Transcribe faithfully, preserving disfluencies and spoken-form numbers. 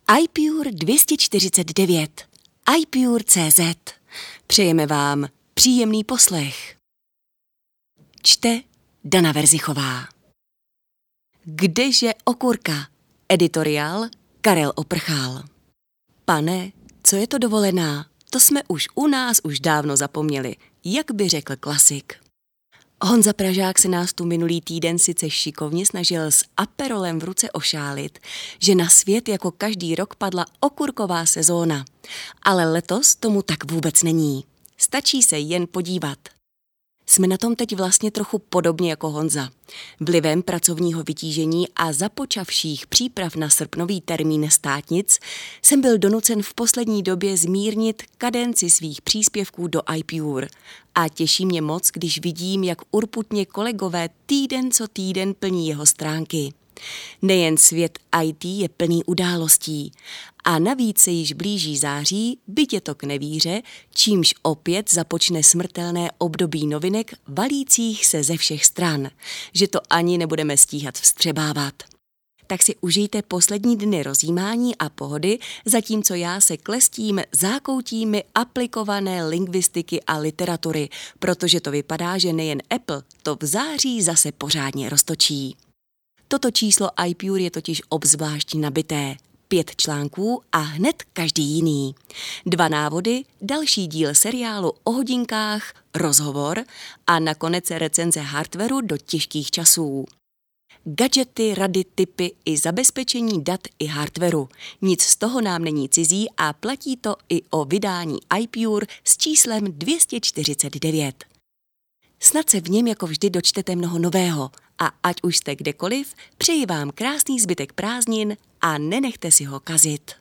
iPure dvě stě čtyřicet devět. iPure tečka cé zet. Přejeme vám příjemný poslech. Čte Dana Verzichová. Kdeže okurka? Editoriál Karel Oprchal. Pane, co je to dovolená? To jsme už u nás už dávno zapomněli, jak by řekl klasik. Honza Pražák se nás tu minulý týden sice šikovně snažil s aperolem v ruce ošálit, že na svět jako každý rok padla okurková sezóna. Ale letos tomu tak vůbec není. Stačí se jen podívat. Jsme na tom teď vlastně trochu podobně jako Honza. Vlivem pracovního vytížení a započavších příprav na srpnový termín státnic jsem byl donucen v poslední době zmírnit kadenci svých příspěvků do iPure. A těší mě moc, když vidím, jak urputně kolegové týden co týden plní jeho stránky. Nejen svět í té je plný událostí a navíc se již blíží září, byť je to k nevíře, čímž opět započne smrtelné období novinek valících se ze všech stran, že to ani nebudeme stíhat vstřebávat. Tak si užijte poslední dny rozjímání a pohody, zatímco já se klestím zákoutími aplikované lingvistiky a literatury, protože to vypadá, že nejen Apple to v září zase pořádně roztočí. Toto číslo iPure je totiž obzvlášť nabité. Pět článků a hned každý jiný. Dva návody, další díl seriálu o hodinkách, rozhovor a nakonec recenze hardwaru do těžkých časů. Gadgety, rady, tipy i zabezpečení dat i hardwaru. Nic z toho nám není cizí a platí to i o vydání iPure s číslem dvě stě čtyřicet devět. Snad se v něm jako vždy dočtete mnoho nového a ať už jste kdekoliv, přeji vám krásný zbytek prázdnin a nenechte si ho kazit.